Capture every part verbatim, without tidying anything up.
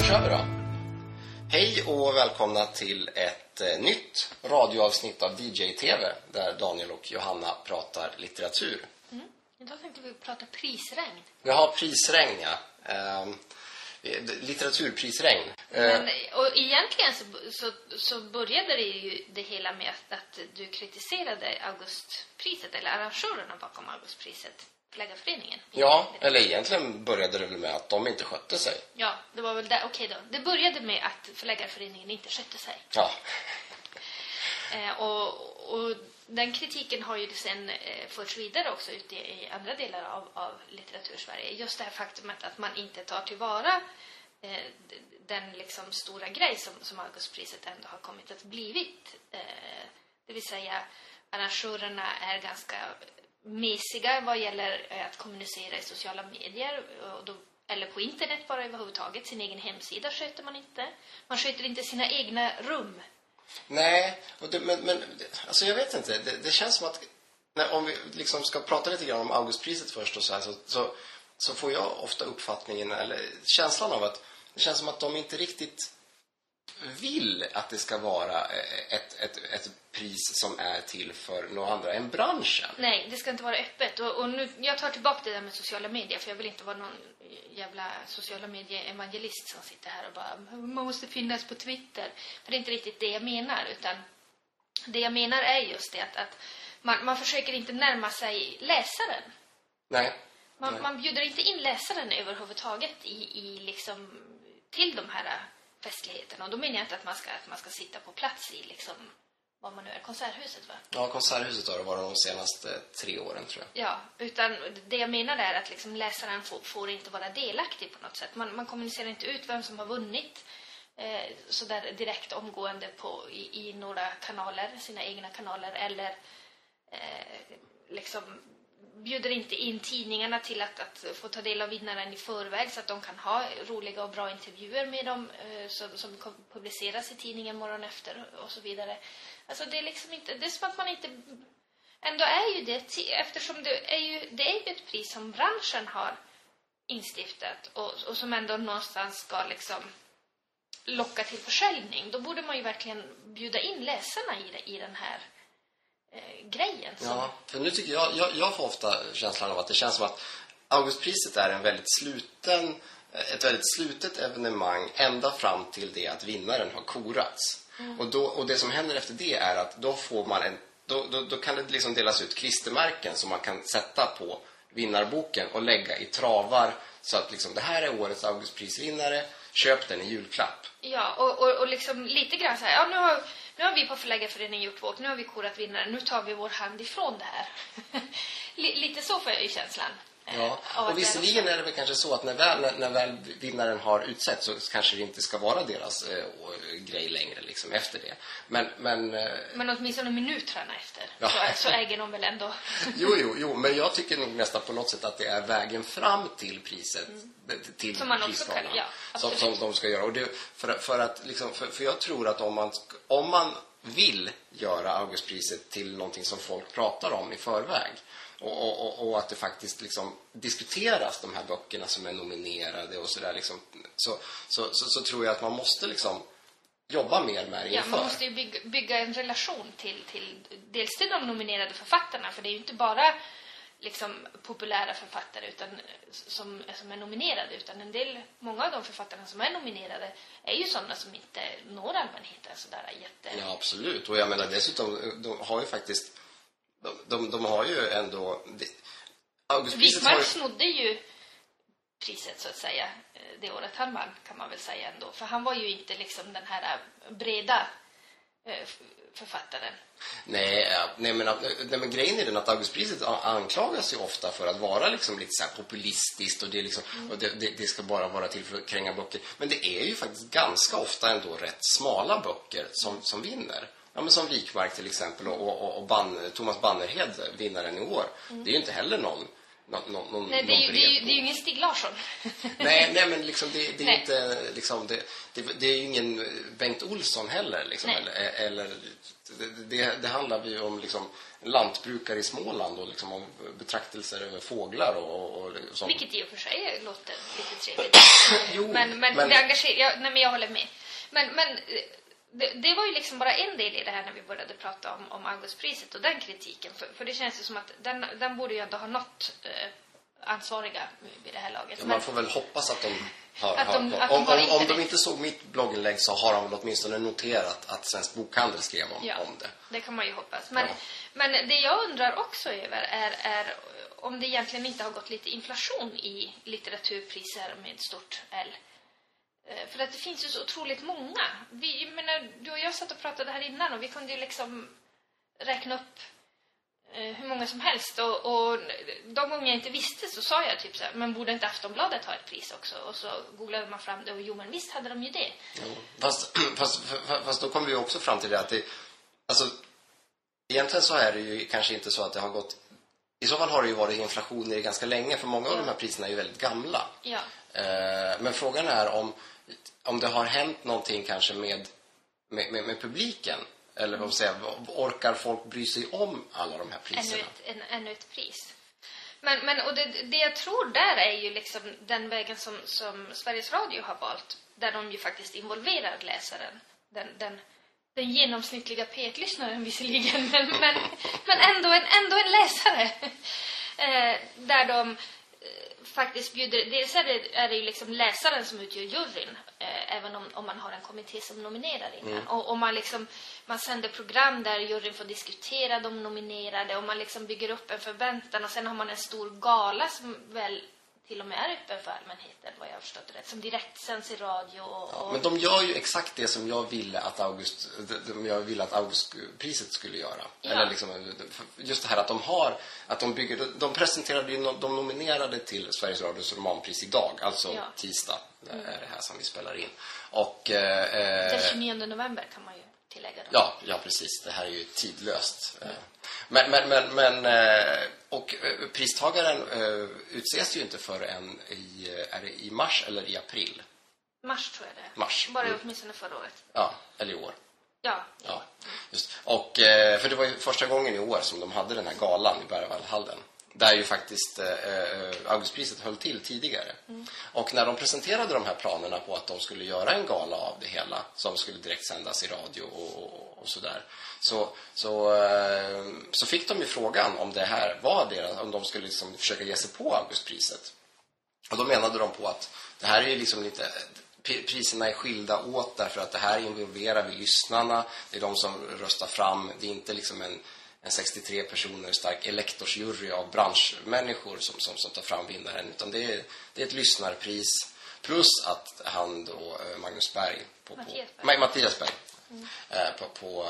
kör vi då. Hej och välkomna till ett eh, nytt radioavsnitt av D J-T V där Daniel och Johanna pratar litteratur. Mm. Idag tänkte vi prata prisregn. Vi har prisregn, ja. Eh, litteraturprisregn. Men, och egentligen så, så, så började det ju det hela med att du kritiserade Augustpriset, eller arrangörerna bakom Augustpriset, Förläggarföreningen. Ja, eller egentligen började det väl med att de inte skötte sig. Ja, det var väl där. Okej då. Det började med att Förläggarföreningen inte skötte sig. Ja. Eh, och, och den kritiken har ju sen eh, förts vidare också ute i, i andra delar av, av litteratursverige. Just det här faktumet att man inte tar tillvara eh, den liksom stora grej som, som Augustpriset ändå har kommit att blivit. Eh, det vill säga, arrangörerna är ganska mesiga vad gäller att kommunicera i sociala medier och då, eller på internet bara överhuvudtaget. Sin egen hemsida sköter man inte. Man sköter inte sina egna rum. Nej, och det, men, men alltså jag vet inte. Det, det känns som att när, om vi liksom ska prata lite grann om Augustpriset först och så, här, så, så, så får jag ofta uppfattningen eller känslan av att det känns som att de inte riktigt vill att det ska vara ett, ett, ett pris som är till för några andra än branschen. Nej, det ska inte vara öppet. Och, och nu, jag tar tillbaka det där med sociala medier, för jag vill inte vara någon jävla sociala medier-evangelist som sitter här och bara, man måste finnas på Twitter. För det är inte riktigt det jag menar, utan det jag menar är just det att, att man, man försöker inte närma sig läsaren. Nej. Man, Nej. man bjuder inte in läsaren överhuvudtaget i, i liksom, till de här festligheterna. Och då menar jag inte att man ska, att man ska sitta på plats i liksom, vad man nu är, Konserthuset, va? Ja, Konserthuset har det varit de senaste tre åren, tror jag. Ja, utan det jag menar är att liksom läsaren får, får inte vara delaktig på något sätt. Man, man kommunicerar inte ut vem som har vunnit eh, så där direkt omgående på, i, i några kanaler, sina egna kanaler, eller eh, liksom bjuder inte in tidningarna till att, att få ta del av vinnaren i förväg så att de kan ha roliga och bra intervjuer med dem eh, som, som publiceras i tidningen morgon efter och så vidare. Alltså det är liksom inte, det är som att man inte, ändå är ju det, eftersom det är ju, det är ju ett pris som branschen har instiftat och, och som ändå någonstans ska liksom locka till försäljning. Då borde man ju verkligen bjuda in läsarna i, i den här eh, grejen. Som... Ja, för nu tycker jag, jag, jag får ofta känslan av att det känns som att Augustpriset är en väldigt sluten, ett väldigt slutet evenemang ända fram till det att vinnaren har korats. Mm. Och, då, och det som händer efter det är att då får man en, då, då, då kan det liksom delas ut klistermärken som man kan sätta på vinnarboken och lägga i travar så att liksom, det här är årets Augustprisvinnare, köp den i julklapp. Ja, och, och, och liksom lite grann så här, ja, nu har, nu har vi på Förläggarföreningen gjort vårt, nu har vi korat vinnare, nu tar vi vår hand ifrån det här. Lite så får jag ju känslan. Ja, och visserligen är det väl kanske så att när väl, när, när väl vinnaren har utsett så kanske det inte ska vara deras eh, grej längre liksom, efter det. Men, men, eh, men åtminstone minuterna efter ja. så, så äger de väl ändå. jo, jo, jo, men jag tycker nog nästan på något sätt att det är vägen fram till priset. Mm. Till som man också kan, ja, som, som de ska göra. Och det, för, för, att, liksom, för, för jag tror att om man, om man vill göra Augustpriset till någonting som folk pratar om i förväg, Och, och, och att det faktiskt liksom diskuteras de här böckerna som är nominerade och sådär liksom, så, så, så, så tror jag att man måste liksom jobba mer med det inför. Ja, man måste ju bygga, bygga en relation till, till dels till de nominerade författarna, för det är ju inte bara liksom populära författare utan, som, som är nominerade, utan en del, många av de författarna som är nominerade är ju sådana som inte når allmänheten sådär jätte... Ja, absolut. Och jag menar dessutom, de har ju faktiskt De, de, de har ju ändå... Wikmark ju... snodde ju priset så att säga det året han vann, kan man väl säga ändå. För han var ju inte liksom den här breda författaren. Nej, nej, men, nej men grejen är den att Augustpriset anklagas ju ofta för att vara liksom lite så här populistiskt och, det, liksom, mm. och det, det, det ska bara vara till för att kränga böcker. Men det är ju faktiskt ganska ofta ändå rätt smala böcker som, som vinner. Ja, men som Wikmark till exempel och, och, och Ban, Thomas Bannerhed, vinnaren i år. Mm. Det är ju inte heller någon Någon, någon, nej, det är, ju, det, är ju, det är ju ingen Stig Larsson. nej, nej, men liksom det, det är inte liksom det, det, det är ju ingen Bengt Olsson heller liksom, eller, eller det, det, det handlar ju om liksom lantbrukare i Småland och liksom om betraktelser över fåglar och, och, och sånt. Vilket i och för sig låter lite trevligt. jo, men, men, men det engagerar, jag, nej, men jag håller med. Men, men det, det var ju liksom bara en del i det här när vi började prata om, om Augustpriset och den kritiken. För, för det känns ju som att den, den borde ju ändå ha nått eh, ansvariga vid det här laget. Ja, man får väl hoppas att de har... Att de, har att om, de har om, om de det. inte såg mitt blogginlägg så har de väl åtminstone noterat att Svensk Bokhandel skrev om, ja, om det. Det kan man ju hoppas. Men, ja. men det jag undrar också över är, är om det egentligen inte har gått lite inflation i litteraturpriser med stort L. För att det finns ju så otroligt många. Vi, jag menar, du och jag satt och pratade här innan och vi kunde ju liksom räkna upp eh, hur många som helst. Och, och de gånger jag inte visste så sa jag typ så här, men borde inte Aftonbladet ha ett pris också? Och så googlade man fram det och jo, men visst hade de ju det. Ja, fast, fast, fast då kommer vi också fram till det att det, alltså, egentligen så är det ju kanske inte så att det har gått. I så fall har det ju varit inflation i ganska länge, för många ja. av de här priserna är ju väldigt gamla. Ja. Eh, men frågan är om om det har hänt någonting kanske med, med, med, med publiken. Eller vad säger, orkar folk bry sig om alla de här priserna? Ännu ett, en, ännu ett pris. Men, men och det, det jag tror där är ju liksom den vägen som, som Sveriges Radio har valt. Där de ju faktiskt involverar läsaren. Den, den, den genomsnittliga P ett-lyssnaren visserligen. Men, men, men ändå, en, ändå en läsare. Eh, där de faktiskt bjuder, dels är det, är det ju liksom läsaren som utgör juryn, eh, även om, om man har en kommitté som nominerar innan. Mm. Och, och man liksom, man sänder program där juryn får diskutera de nominerade och man liksom bygger upp en förväntan och sen har man en stor gala som väl till och med är öppen för allmänheten, vad jag har förstått rätt, som direkt sänds i radio. Och, ja, men de gör ju exakt det som jag ville att August, jag ville att Augustpriset skulle göra. Ja. Eller liksom, just det här att de har, att de bygger, de presenterade ju, de nominerade till Sveriges Radios romanpris idag, alltså ja. tisdag, det är det här som vi spelar in. Och eh, den tjugonionde november kan man ju tillägga då. Ja, ja precis, det här är ju tidlöst. Mm. Men, men, men, men och pristagaren utses ju inte förrän i, är det i mars eller i april? Mars tror jag det. Mars. Bara mm. åtminstone förra året. Ja, eller i år. Ja. ja just. Och, för det var ju första gången i år som de hade den här galan i Berwaldhallen. Där ju faktiskt eh, Augustpriset höll till tidigare. Mm. Och när de presenterade de här planerna på att de skulle göra en gala av det hela, som skulle direkt sändas i radio och, och, och sådär, så, så, eh, så fick de ju frågan om det här var deras, om de skulle liksom försöka ge sig på Augustpriset. Och då menade de på att det här är ju liksom lite, priserna är skilda åt därför att det här involverar vi lyssnarna, det är de som röstar fram, det är inte liksom en en sextiotre personer stark elektorsjury av branschmänniskor som, som, som tar fram vinnaren, utan det är, det är ett lyssnarpris plus att han då, Magnus Berg på, Mattias Berg, på, Mattias Berg mm. eh, på, på,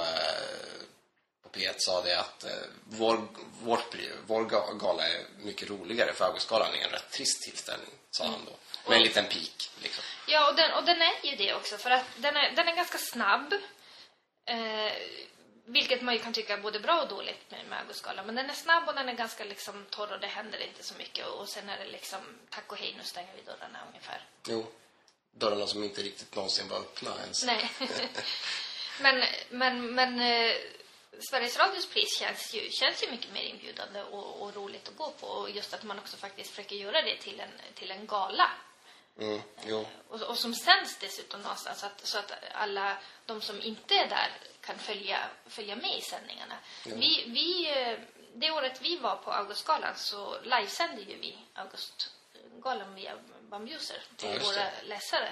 på P ett sa det att eh, vår, vår, vår gala är mycket roligare, för Augustgalan är en rätt trist tillställning, sa mm. han då, med en liten pik liksom. Ja, och den, och den är ju det också, för att den är, den är ganska snabb, eh, vilket man ju kan tycka är både bra och dåligt med, med Augustgalan. Men den är snabb och den är ganska liksom torr och det händer inte så mycket. Och sen är det liksom tack och hej, nu stänger vi dörrarna ungefär. Jo, dörrarna som inte riktigt någonsin var öppna ens. Nej. men men, men eh, Sveriges Radios pris känns ju, känns ju mycket mer inbjudande och, och roligt att gå på. Och just att man också faktiskt försöker göra det till en, till en gala. Mm, jo. Och, och som sänds dessutom någonstans så att, så att alla de som inte är där kan följa, följa med i sändningarna. Mm. Vi, vi, det året vi var på Augustgalan så livesände ju vi Augustgalan via Bambuser till ja, våra läsare.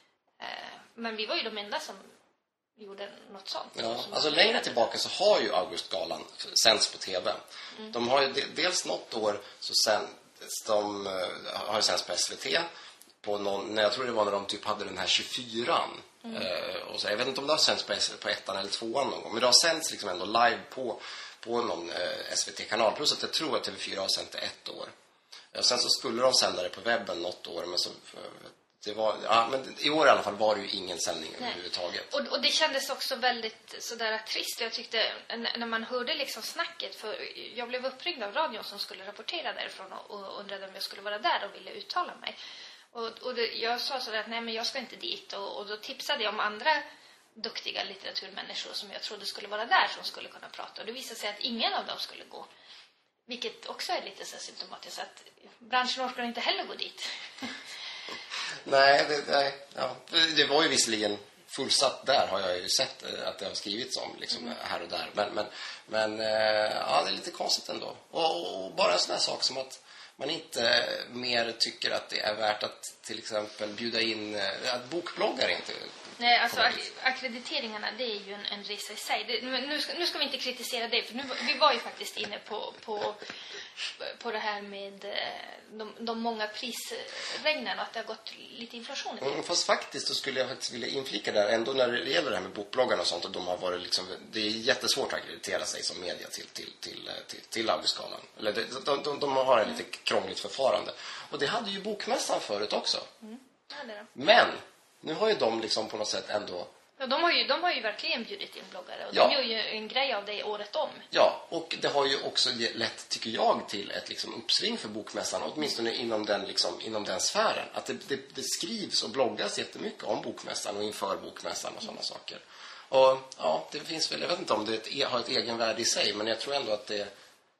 Men vi var ju de enda som gjorde något sånt. Ja, alltså längre tillbaka så har ju Augustgalan sänds på tv. Mm. De har ju dels något år så sänds de har sänds på S V T. På någon, jag tror det var när de typ hade den här tjugofyran. Mm. Uh, och så, jag vet inte om det har sänds på, på ettan eller tvåan någon gång. Men det har sänds liksom ändå live på, på någon uh, S V T-kanal. Plus att jag tror att T V fyra har sänt det ett år. Uh, sen så skulle de sända det på webben något år. Men så uh, Det var, ja, men i år i alla fall var det ju ingen sändning Nej. överhuvudtaget. Och, och det kändes också väldigt sådär trist. Jag tyckte när man hörde liksom snacket, för jag blev uppringd av radion som skulle rapportera därifrån och, och undrade om jag skulle vara där och ville uttala mig. Och, och det, jag sa sådär att nej, men jag ska inte dit. Och, och då tipsade jag om andra duktiga litteraturmänniskor som jag trodde skulle vara där som skulle kunna prata. Och det visade sig att ingen av dem skulle gå. Vilket också är lite så symptomatiskt, att branschen orkar inte heller gå dit. Nej, det, nej ja. det var ju visserligen fullsatt där, har jag ju sett att det har skrivits om liksom, mm. här och där. Men, men, men ja, det är lite konstigt ändå. Och, och bara en sån här sak som att man inte mer tycker att det är värt att till exempel bjuda in att bokbloggar inte... Nej, alltså ak- akkrediteringarna, det är ju en, en resa i sig. Det, nu, ska, nu ska vi inte kritisera det, för nu, vi var ju faktiskt inne på, på, på det här med de, de många prisregnen och att det har gått lite inflation i det. Mm, fast faktiskt så skulle jag faktiskt vilja inflika där ändå när det gäller det här med bokbloggarna och sånt, och de har varit liksom, det är jättesvårt att akkreditera sig som media till, till, till, till, till Augustgalan. Eller det, de, de, de har en lite krångligt förfarande. Och det hade ju Bokmässan förut också. Mm. Ja, det är det. Men nu har ju de liksom på något sätt ändå... Ja, de har ju, de har ju verkligen bjudit in bloggare. Och ja. de gör ju en grej av det året om. Ja, och det har ju också lett, tycker jag, till ett liksom uppsving för Bokmässan. Åtminstone inom den, liksom, inom den sfären. Att det, det, det skrivs och bloggas jättemycket om Bokmässan och inför Bokmässan och sådana saker. Och ja, det finns väl, jag vet inte om det har ett egenvärde i sig, men jag tror ändå att det...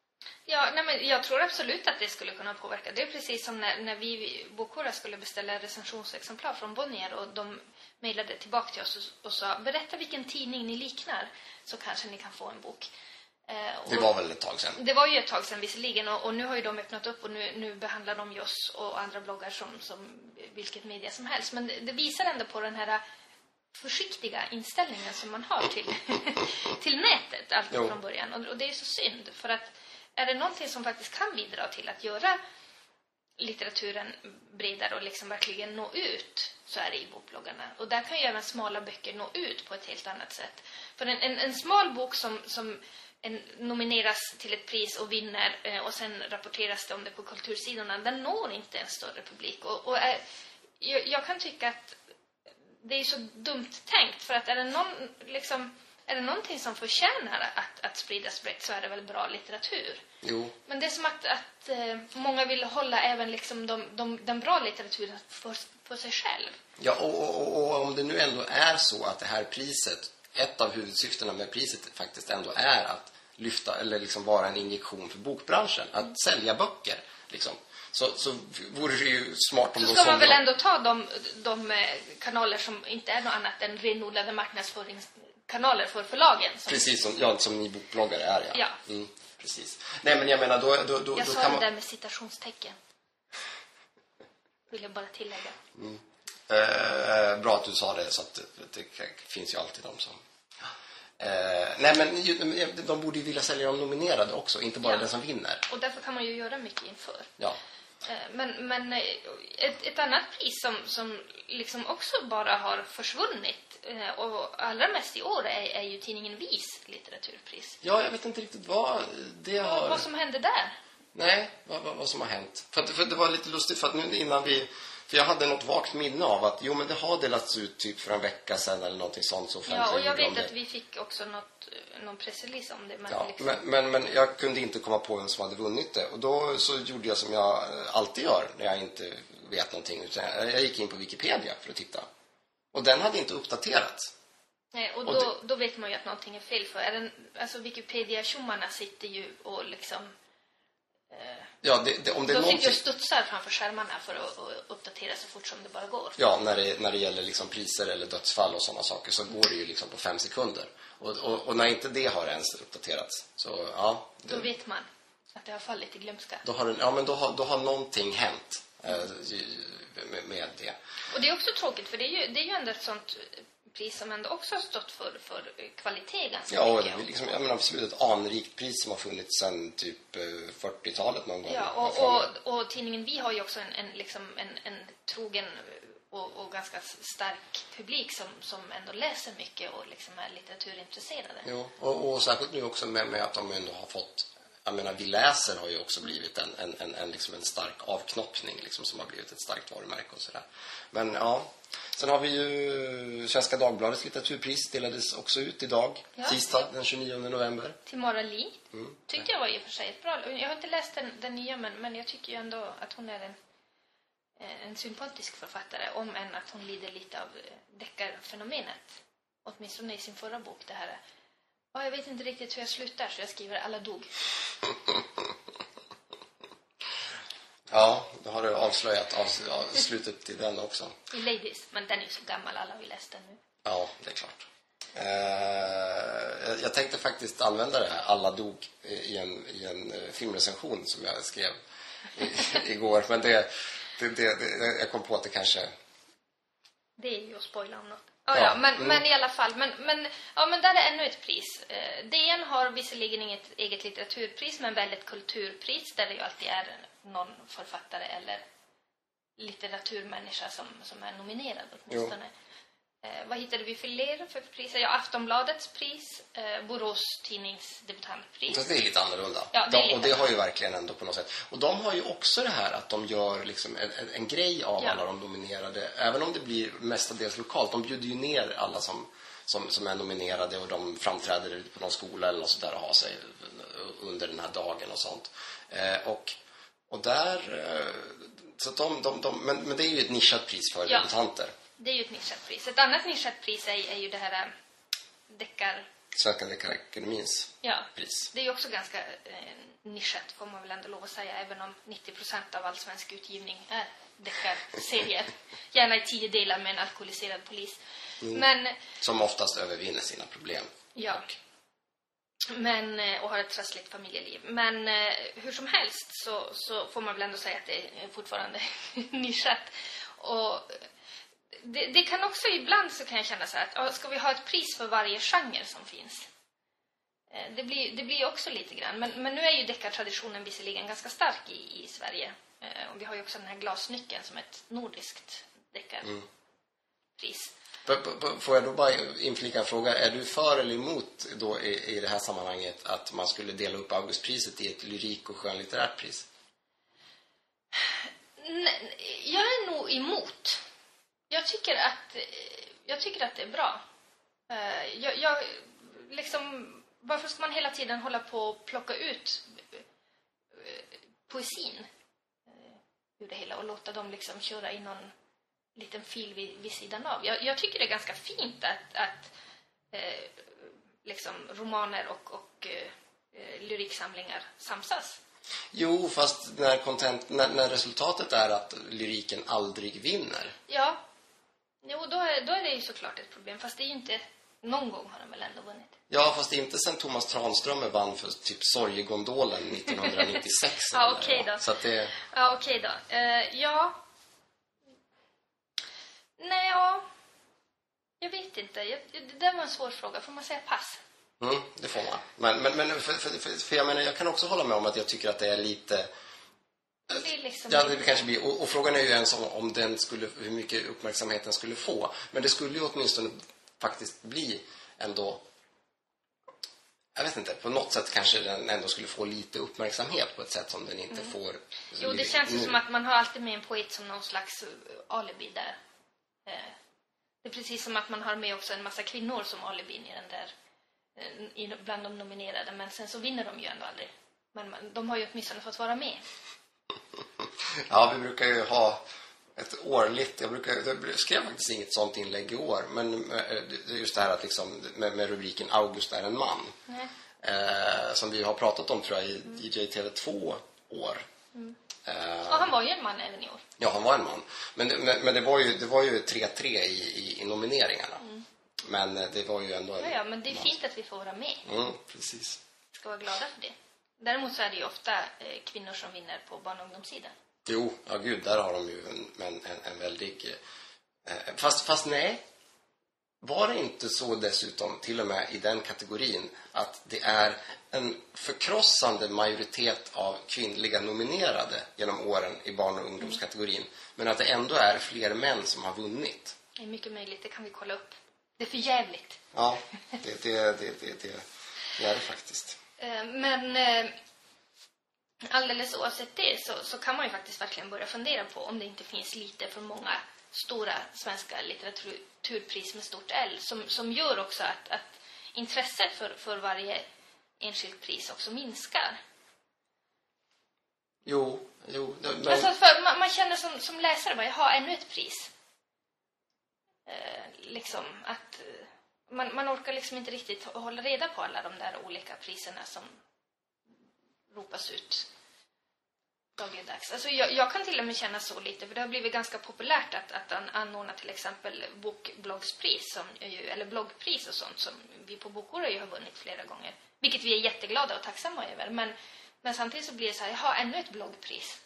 Ja, nej, men jag tror absolut att det skulle kunna påverka. Det är precis som när, när vi Bokhora skulle beställa recensionsexemplar från Bonnier och de mejlade tillbaka till oss och, och sa, berätta vilken tidning ni liknar så kanske ni kan få en bok. Eh, och det var väl ett tag sedan? Det var ju ett tag sedan visserligen och, och nu har ju de öppnat upp och nu, nu behandlar de ju oss och andra bloggar som, som vilket media som helst. Men det, det visar ändå på den här försiktiga inställningen som man har till, till nätet alltid jo. från början. Och, och det är så synd för att är det någonting som faktiskt kan bidra till att göra litteraturen bredare och liksom verkligen nå ut, så är det i bokbloggarna. Och där kan ju även smala böcker nå ut på ett helt annat sätt. För en, en, en smal bok som, som en, nomineras till ett pris och vinner eh, och sen rapporteras det om det på kultursidorna, den når inte en större publik. Och, och är, jag, jag kan tycka att det är så dumt tänkt, för att är det någon liksom... Är det någonting som förtjänar att, att spridas brett så är det väl bra litteratur. Jo. Men det är som att, att eh, många vill hålla även liksom de, de, den bra litteraturen för, för sig själv. Ja, och, och, och om det nu ändå är så att det här priset, ett av huvudsyftena med priset faktiskt ändå är att lyfta eller liksom vara en injektion för bokbranschen, att mm. sälja böcker liksom. Så, så vore det ju smart om så de ska man väl de... ändå ta de, de kanaler som inte är något annat än renodlade marknadsförings kanaler för förlagen. Som... Precis, som, ja, som ni bokbloggare är, ja. ja. Mm, precis. Nej, men jag menar, då, då, då, jag då sa kan det man... där med citationstecken. Vill jag bara tillägga. Mm. Eh, bra att du sa det, så att det, det finns ju alltid de som... Eh, nej, men de borde ju vilja sälja de nominerade också, inte bara ja. den som vinner. Och därför kan man ju göra mycket inför. Ja. Men, men ett, ett annat pris som, som liksom också bara har försvunnit och allra mest i år är, är ju tidningen Vis litteraturpris. Ja, jag vet inte riktigt vad det har... Vad, vad som hände där? Nej, vad, vad, vad som har hänt. För, för det var lite lustigt för att nu innan vi... För jag hade något vagt minne av att jo, men det har delats ut typ för en vecka sedan eller någonting sånt. Så ja, och jag vet att vi fick också något, någon pressrelease om det. Men, ja, liksom... men, men, men jag kunde inte komma på vem som hade vunnit det. Och då så gjorde jag som jag alltid gör när jag inte vet någonting. Utan jag gick in på Wikipedia för att titta. Och den hade inte uppdaterats. Nej, och, och då, det... då vet man ju att någonting är fel. För är den, alltså Wikipedia-tjommarna sitter ju och liksom... Ja, det, det, om det de är någonting... sitter ju studsar framför skärmarna för att, att uppdatera så fort som det bara går. Ja, när det, när det gäller liksom priser eller dödsfall och sådana saker så går det ju liksom på fem sekunder. Och, och, och när inte det har ens uppdaterats så ja... Det, då vet man att det har fallit i glömska. Då har, det, ja, men då har, då har någonting hänt eh, med, med det. Och det är också tråkigt för det är ju, det är ju ändå ett sånt pris som ändå också har stått för, för kvalitet ganska ja, mycket. Ja, liksom, jag menar absolut ett anrikt pris som har funnits sedan typ fyrtiotalet någon gång. Ja, och, och, och tidningen Vi har ju också en, en, liksom en, en trogen och, och ganska stark publik som, som ändå läser mycket och liksom är litteraturintresserade. Jo, och, och särskilt nu också med, med att de ändå har fått jag menar, Vi läser har ju också blivit en, en, en, en, liksom en stark avknoppning liksom, som har blivit ett starkt varumärke och sådär. Men ja, sen har vi ju Svenska Dagbladets litteraturpris delades också ut idag, ja, tisdag den tjugonionde november. Timora Lee. Mm. Tycker jag var i och för sig ett bra. Jag har inte läst den, den nya, men, men jag tycker ju ändå att hon är en, en sympatisk författare, om än att hon lider lite av deckarfenomenet. Åtminstone i sin förra bok, det här. Ja, jag vet inte riktigt hur jag slutar, så jag skriver alla dog. Ja, då har du avslöjat av, av slutet till den också. I Ladies, men den är ju så gammal, alla vill läsa den nu. Ja, det är klart. Eh, jag tänkte faktiskt använda det här, alla dog, i en, i en filmrecension som jag skrev i, igår. Men det, det, det, det, jag kom på att det kanske... Det är ju att spoila om något. Oh, ja, men, mm. men i alla fall. Men, men, ja, men där är ännu ett pris. Eh, D N har visserligen inget eget litteraturpris, men väldigt kulturpris, där det ju alltid är någon författare eller litteraturmänniska som, som är nominerad åtminstone. Eh, vad hittade vi för ler för priser? Ja, Aftonbladets pris, eh, Borås tidnings debutantpris. Så det är lite annorlunda. Ja, det är lite de, och det har ju verkligen ändå på något sätt. Och de har ju också det här att de gör liksom en, en, en grej av ja. alla de nominerade. Även om det blir mestadels lokalt. De bjuder ju ner alla som, som, som är nominerade, och de framträder på någon skola eller något sådär och har sig under den här dagen och sånt. Eh, och, och där... Eh, så de, de, de, men, men det är ju ett nischat pris för ja. debutanter. Det är ju ett nischat pris. Ett annat nischat pris är, är ju det här äh, deckar... Svenska Deckarakademins ja. pris. Det är ju också ganska eh, nischat, får man väl ändå lov att säga, även om nittio procent av all svensk utgivning är deckarserier. Gärna i tio delar med en alkoholiserad polis. Mm. Men, som oftast övervinner sina problem. Ja. Och. Men, och har ett trassligt familjeliv. Men eh, hur som helst så, så får man väl ändå säga att det är fortfarande nischat. Och... Det, det kan också ibland så kan jag känna så här att ska vi ha ett pris för varje genre som finns? Det blir, det blir också lite grann. Men, men nu är ju deckartraditionen visserligen ganska stark i, i Sverige. Och vi har ju också den här glasnyckeln som ett nordiskt deckarpris. Mm. Får jag då bara inflika en fråga? Är du för eller emot då i, i det här sammanhanget att man skulle dela upp Augustpriset i ett lyrik- och skönlitterärt pris? Nej, jag är nog emot. Jag tycker att jag tycker att det är bra. Jag, jag liksom, varför ska man hela tiden hålla på och plocka ut poesin ur det hela och låta dem liksom köra i någon liten fil vid, vid sidan av? Jag, jag tycker det är ganska fint att, att eh, liksom romaner och, och eh, lyriksamlingar samsas. Jo, fast när, content, när, när resultatet är att lyriken aldrig vinner. Ja. Jo, då är, då är det ju såklart ett problem. Fast det är ju inte... Någon gång har de väl ändå vunnit. Ja, fast inte sen Thomas Tranströmer vann för typ Sorgegondolen nittonhundranittiosex. Ja, okej okay då. Så att det... Ja, okej okay då. Uh, ja. Nej, ja. Jag vet inte. Jag, det där var en svår fråga. Får man säga pass? Mm, det får man. Men, men, men för, för, för, för jag menar, jag kan också hålla med om att jag tycker att det är lite... Det är liksom ja, det kanske blir. Och, och frågan är ju ens om, om den skulle, hur mycket uppmärksamhet den skulle få. Men det skulle ju åtminstone faktiskt bli ändå... Jag vet inte, på något sätt kanske den ändå skulle få lite uppmärksamhet på ett sätt som den inte mm. får. Jo, det känns ju som att man har alltid med en poet som någon slags alibi där. Det är precis som att man har med också en massa kvinnor som alibi i den där, bland de nominerade. Men sen så vinner de ju ändå aldrig. Men de har ju åtminstone fått vara med. Ja, vi brukar ju ha ett årligt, jag, brukar, jag skrev faktiskt inget sånt inlägg i år, men just det här att liksom, med, med rubriken August är en man. Mm. Eh, som vi har pratat om, tror jag, i mm. D J T V två år. Mm. Eh, ja, han var ju en man även i år. Ja, han var en man. Men, men, men det var ju det var ju tre tre i, i, i nomineringarna. Mm. Men det var ju ändå en ja, ja, men det är man. Fint att vi får vara med. Mm, precis. Vi ska vara glada för det. Däremot så är det ju ofta eh, kvinnor som vinner på barn- och ungdomssidan. Jo, ja gud, där har de ju en, en, en väldig... Eh, fast, fast nej, var det inte så dessutom, till och med i den kategorin, att det är en förkrossande majoritet av kvinnliga nominerade genom åren i barn- och ungdomskategorin, mm. men att det ändå är fler män som har vunnit? Det är mycket möjligt, det kan vi kolla upp. Det är för jävligt. Ja, det, det, det, det, det, det är det faktiskt. Men alldeles oavsett det så, så kan man ju faktiskt verkligen börja fundera på om det inte finns lite för många stora svenska litteraturpris med stort L som, som gör också att, att intresset för, för varje enskilt pris också minskar. Jo, jo. Men... Alltså för man, man känner som, som läsare bara, jag har ännu ett pris. Eh, liksom att man, man orkar liksom inte riktigt hålla reda på alla de där olika priserna som ropas ut dagligdags. Alltså jag, jag kan till och med känna så lite, för det har blivit ganska populärt att, att an, anordna till exempel bokbloggspris som, eller bloggpris och sånt som vi på Bokora ju har vunnit flera gånger. Vilket vi är jätteglada och tacksamma över. Men, men samtidigt så blir det så här, jag har ännu ett bloggpris.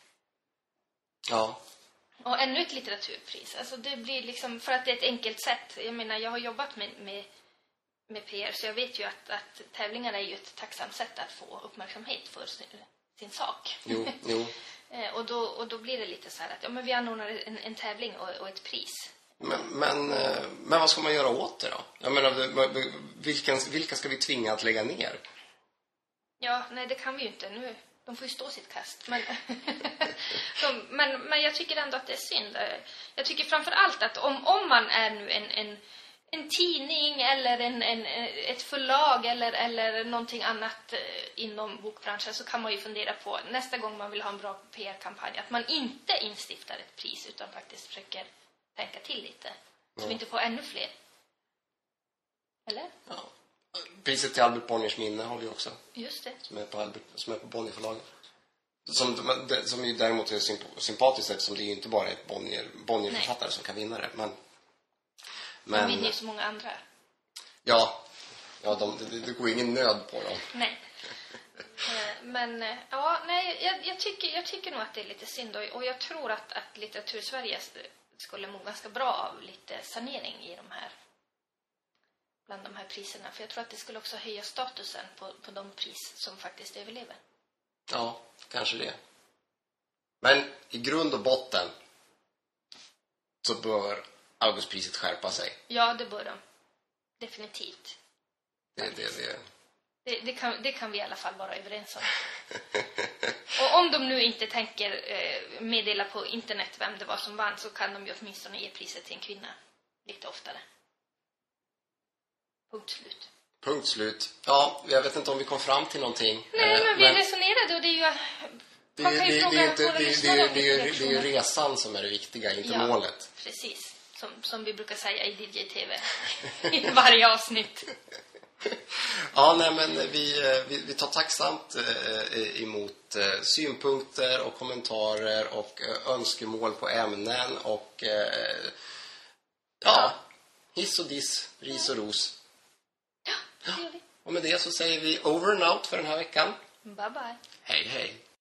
Ja. Och ännu ett litteraturpris. Alltså det blir liksom, för att det är ett enkelt sätt. Jag menar, jag har jobbat med, med, med P R så jag vet ju att, att tävlingar är ju ett tacksamt sätt att få uppmärksamhet för sin, sin sak. Jo, jo. och, då, och då blir det lite så här att ja, men vi anordnar en, en tävling och, och ett pris. Men, men, men vad ska man göra åt det då? Jag menar, vilka, vilka ska vi tvinga att lägga ner? Ja, nej det kan vi ju inte nu. De får ju stå sitt kast. Men, de, men, men jag tycker ändå att det är synd. Jag tycker framför allt att om, om man är nu en, en, en tidning eller en, en, ett förlag eller, eller någonting annat inom bokbranschen så kan man ju fundera på nästa gång man vill ha en bra P R-kampanj att man inte instiftar ett pris utan faktiskt försöker tänka till lite. Så ja. vi inte får ännu fler. Eller? Ja. Priset till Albert Bonniers minne har vi också. Just det. Som är på, Albert, som är på Bonnierförlaget. Som, som ju däremot är sympatiskt eftersom det är ju inte bara ett Bonnier, Bonnier-författare som kan vinna det. Men, men, de vinner ju så många andra. Ja, ja de, det, det går ingen nöd på dem. Nej. Men ja, nej, jag, jag, tycker, jag tycker nog att det är lite synd. Och, och jag tror att, att Litteratur-Sverige skulle må ganska bra av lite sanering i de här bland de här priserna. För jag tror att det skulle också höja statusen på, på de pris som faktiskt överlever. Ja, kanske det. Men i grund och botten så bör Augustpriset skärpa sig. Ja, det bör de. Definitivt. Det, det, det. Det, det, kan, det kan vi i alla fall vara överens om. Och om de nu inte tänker eh, meddela på internet vem det var som vann så kan de ju åtminstone ge priset till en kvinna lite oftare. Punkt slut. Punkt slut. Ja, jag vet inte om vi kom fram till någonting. Nej, men vi men... resonerade och det är ju... Det, det, det, det, är inte, det, det, det, det, är, det är ju resan som är det viktiga, inte ja, målet. Precis. Som, som vi brukar säga i D J-T V. I varje avsnitt. Ja, nej, men vi, vi, vi tar tacksamt eh, emot eh, synpunkter och kommentarer och eh, önskemål på ämnen och eh, ja, hiss och diss, ris och ros. Ja, det gör vi. Och med det så säger vi over and out för den här veckan. Bye bye. Hej, hej.